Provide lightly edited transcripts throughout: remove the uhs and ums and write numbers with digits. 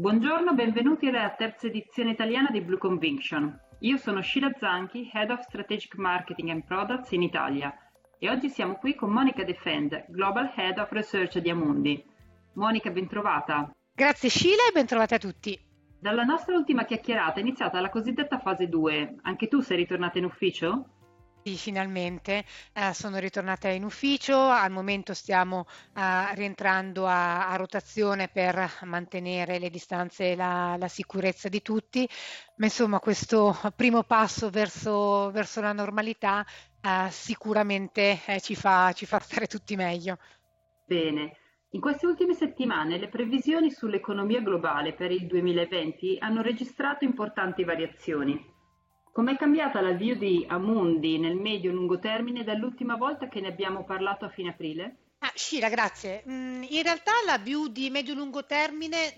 Buongiorno, benvenuti alla terza edizione italiana di Blue Conviction. Io sono Sheila Zanchi, Head of Strategic Marketing and Products in Italia e oggi siamo qui con Monica Defend, Global Head of Research di Amundi. Monica, bentrovata. Grazie Sheila e bentrovati a tutti. Dalla nostra ultima chiacchierata è iniziata la cosiddetta fase 2. Anche tu sei ritornata in ufficio? Sì, finalmente sono ritornata in ufficio, al momento stiamo rientrando a rotazione per mantenere le distanze e la sicurezza di tutti, ma insomma questo primo passo verso la normalità sicuramente ci fa stare tutti meglio. Bene. In queste ultime settimane le previsioni sull'economia globale per il 2020 hanno registrato importanti variazioni. Com'è cambiata la view di Amundi nel medio-lungo termine dall'ultima volta che ne abbiamo parlato a fine aprile? Sheila, grazie. In realtà la view di medio-lungo termine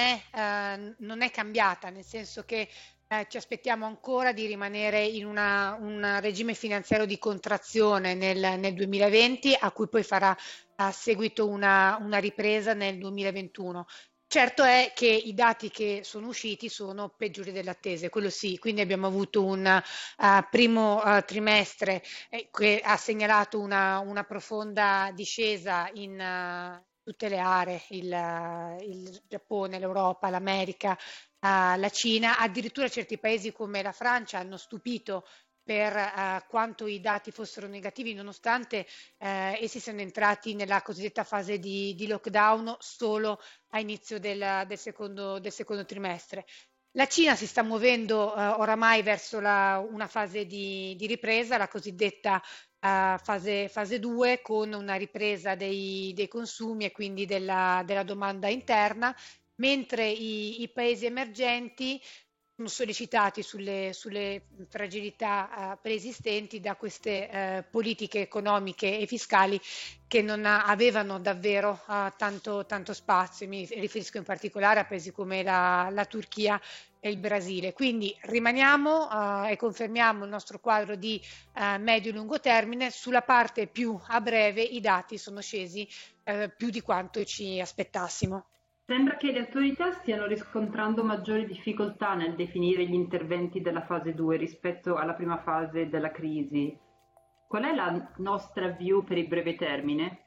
non è cambiata, nel senso che ci aspettiamo ancora di rimanere in un regime finanziario di contrazione nel 2020, a cui poi farà seguito una ripresa nel 2021. Certo è che i dati che sono usciti sono peggiori delle attese, quello sì, quindi abbiamo avuto un primo trimestre che ha segnalato una profonda discesa in tutte le aree, il Giappone, l'Europa, l'America, la Cina, addirittura certi paesi come la Francia hanno stupito per quanto i dati fossero negativi, nonostante essi siano entrati nella cosiddetta fase di lockdown solo a inizio del secondo trimestre. La Cina si sta muovendo oramai verso una fase di ripresa, la cosiddetta fase 2, con una ripresa dei consumi e quindi della domanda interna, mentre i paesi emergenti sono sollecitati sulle fragilità preesistenti da queste politiche economiche e fiscali che non avevano davvero tanto spazio. Mi riferisco in particolare a paesi come la Turchia e il Brasile. Quindi rimaniamo e confermiamo il nostro quadro di medio-lungo termine. Sulla parte più a breve i dati sono scesi più di quanto ci aspettassimo. Sembra che le autorità stiano riscontrando maggiori difficoltà nel definire gli interventi della fase 2 rispetto alla prima fase della crisi. Qual è la nostra view per il breve termine?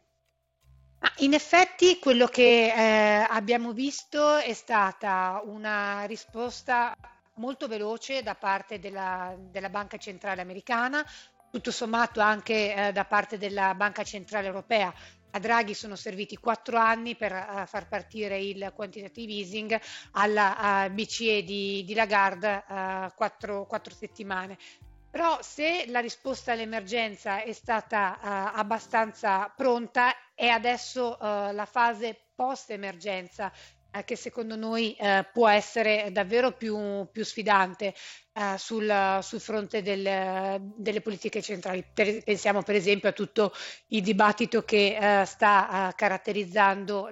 In effetti quello che abbiamo visto è stata una risposta molto veloce da parte della Banca Centrale Americana, tutto sommato anche da parte della Banca Centrale Europea. A Draghi sono serviti 4 anni per far partire il quantitative easing, alla BCE di Lagarde 4 settimane. Però se la risposta all'emergenza è stata abbastanza pronta, è adesso la fase post-emergenza che secondo noi può essere davvero più sfidante sul fronte delle politiche centrali. Pensiamo per esempio a tutto il dibattito che sta caratterizzando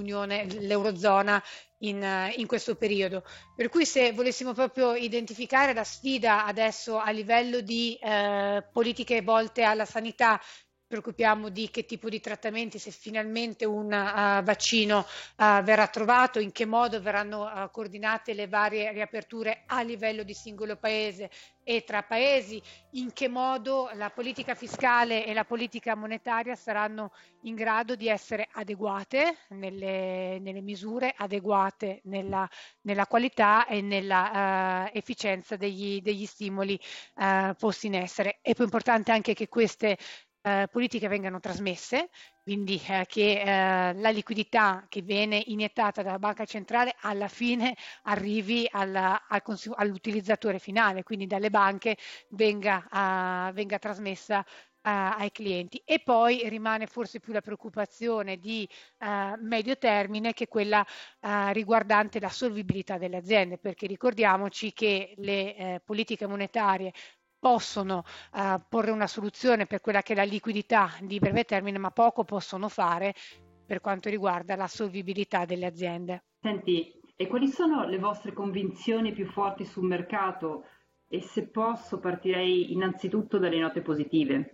l'Eurozona in questo periodo. Per cui se volessimo proprio identificare la sfida adesso a livello di politiche volte alla sanità, preoccupiamo di che tipo di trattamenti, se finalmente un vaccino verrà trovato, in che modo verranno coordinate le varie riaperture a livello di singolo paese e tra paesi, in che modo la politica fiscale e la politica monetaria saranno in grado di essere adeguate nelle misure, adeguate nella qualità e nella efficienza degli stimoli posti in essere. È più importante anche che queste politiche vengano trasmesse, quindi che la liquidità che viene iniettata dalla banca centrale alla fine arrivi all'utilizzatore finale, quindi dalle banche venga trasmessa ai clienti. E poi rimane forse più la preoccupazione di medio termine, che quella riguardante la solvibilità delle aziende, perché ricordiamoci che le politiche monetarie possono porre una soluzione per quella che è la liquidità di breve termine, ma poco possono fare per quanto riguarda la solvibilità delle aziende. Senti, e quali sono le vostre convinzioni più forti sul mercato? E se posso partirei innanzitutto dalle note positive.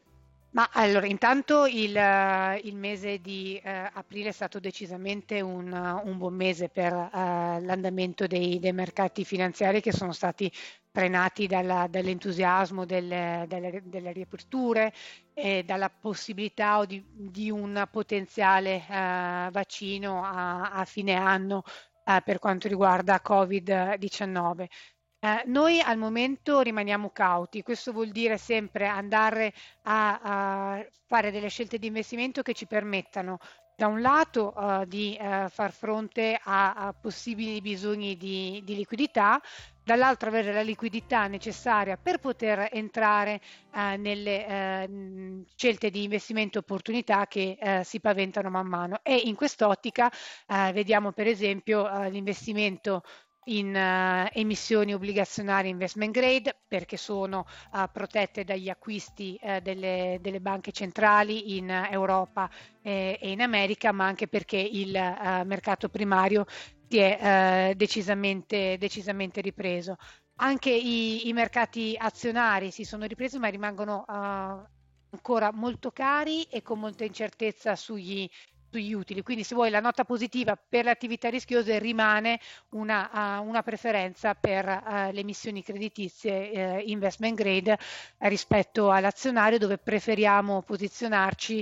Ma allora, intanto il mese di aprile è stato decisamente un buon mese per l'andamento dei mercati finanziari che sono stati frenati dall'entusiasmo delle riaperture e dalla possibilità di un potenziale vaccino a fine anno per quanto riguarda Covid-19. Noi al momento rimaniamo cauti, questo vuol dire sempre andare a fare delle scelte di investimento che ci permettano da un lato di far fronte a possibili bisogni di liquidità, dall'altro avere la liquidità necessaria per poter entrare nelle scelte di investimento opportunità che si paventano man mano. E in quest'ottica vediamo per esempio l'investimento in emissioni obbligazionarie investment grade perché sono protette dagli acquisti delle banche centrali in Europa e in America, ma anche perché il mercato primario si è decisamente ripreso. Anche i mercati azionari si sono ripresi, ma rimangono ancora molto cari e con molta incertezza sugli utili. Quindi, se vuoi, la nota positiva per le attività rischiose rimane una preferenza per le emissioni creditizie investment grade rispetto all'azionario, dove preferiamo posizionarci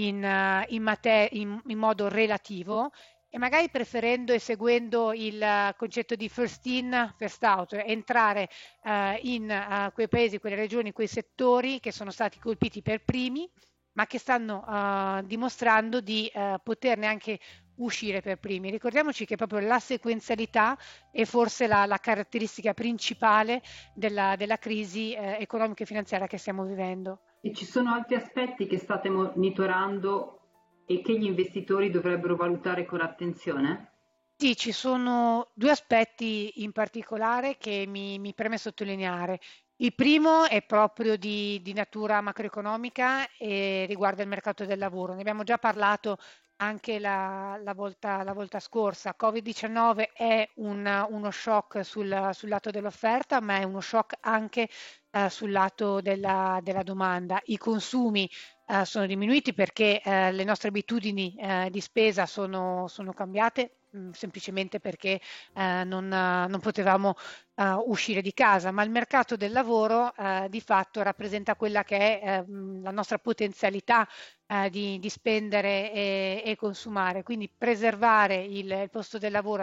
in modo relativo e magari preferendo e seguendo il concetto di first in, first out, entrare in quei paesi, quelle regioni, quei settori che sono stati colpiti per primi, ma che stanno dimostrando di poterne anche uscire per primi. Ricordiamoci che proprio la sequenzialità è forse la caratteristica principale della crisi economica e finanziaria che stiamo vivendo. E ci sono altri aspetti che state monitorando e che gli investitori dovrebbero valutare con attenzione? Sì, ci sono due aspetti in particolare che mi preme sottolineare. Il primo è proprio di natura macroeconomica e riguarda il mercato del lavoro. Ne abbiamo già parlato anche la volta scorsa. Covid-19 è uno shock sul lato dell'offerta, ma è uno shock anche sul lato della domanda. I consumi sono diminuiti perché le nostre abitudini di spesa sono cambiate semplicemente perché non potevamo uscire di casa, ma il mercato del lavoro di fatto rappresenta quella che è la nostra potenzialità di spendere e consumare, quindi preservare il posto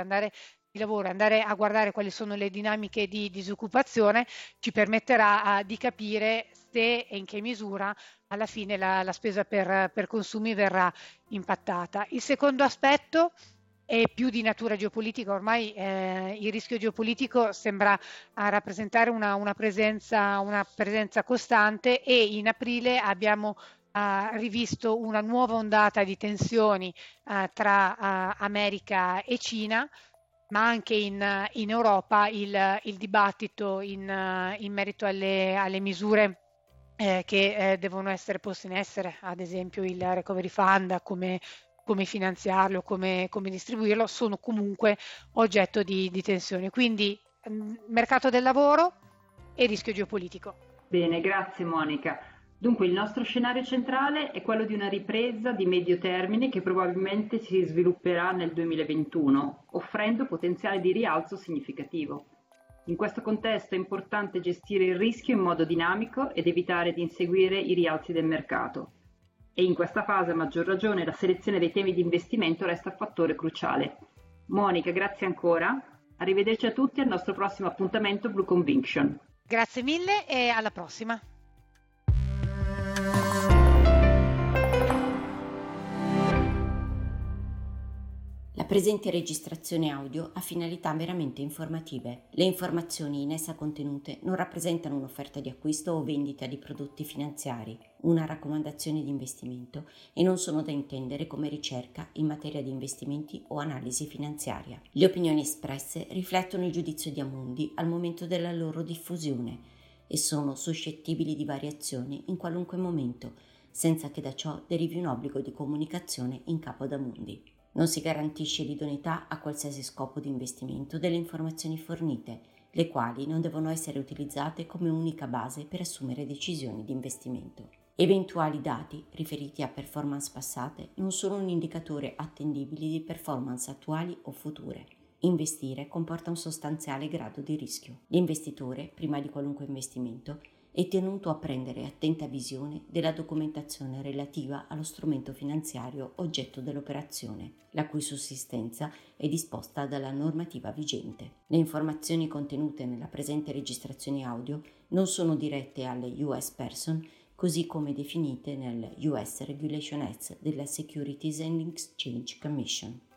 di lavoro, andare a guardare quali sono le dinamiche di disoccupazione ci permetterà di capire se e in che misura alla fine la spesa per consumi verrà impattata. Il secondo aspetto è più di natura geopolitica, ormai il rischio geopolitico sembra rappresentare una presenza costante e in aprile abbiamo rivisto una nuova ondata di tensioni tra America e Cina, ma anche in Europa il dibattito in merito alle misure che devono essere poste in essere, ad esempio il Recovery Fund, come finanziarlo, come distribuirlo, sono comunque oggetto di tensione. Quindi mercato del lavoro e rischio geopolitico. Bene, grazie Monica. Dunque, il nostro scenario centrale è quello di una ripresa di medio termine che probabilmente si svilupperà nel 2021, offrendo potenziale di rialzo significativo. In questo contesto è importante gestire il rischio in modo dinamico ed evitare di inseguire i rialzi del mercato. E in questa fase, a maggior ragione, la selezione dei temi di investimento resta fattore cruciale. Monica, grazie ancora. Arrivederci a tutti al nostro prossimo appuntamento Blue Conviction. Grazie mille e alla prossima. La presente registrazione audio ha finalità meramente informative. Le informazioni in essa contenute non rappresentano un'offerta di acquisto o vendita di prodotti finanziari, una raccomandazione di investimento e non sono da intendere come ricerca in materia di investimenti o analisi finanziaria. Le opinioni espresse riflettono il giudizio di Amundi al momento della loro diffusione e sono suscettibili di variazioni in qualunque momento, senza che da ciò derivi un obbligo di comunicazione in capo ad Amundi. Non si garantisce l'idoneità a qualsiasi scopo di investimento delle informazioni fornite, le quali non devono essere utilizzate come unica base per assumere decisioni di investimento. Eventuali dati riferiti a performance passate non sono un indicatore attendibile di performance attuali o future. Investire comporta un sostanziale grado di rischio. L'investitore, prima di qualunque investimento, è tenuto a prendere attenta visione della documentazione relativa allo strumento finanziario oggetto dell'operazione, la cui sussistenza è disposta dalla normativa vigente. Le informazioni contenute nella presente registrazione audio non sono dirette alle US Person, così come definite nel US Regulation Act della Securities and Exchange Commission.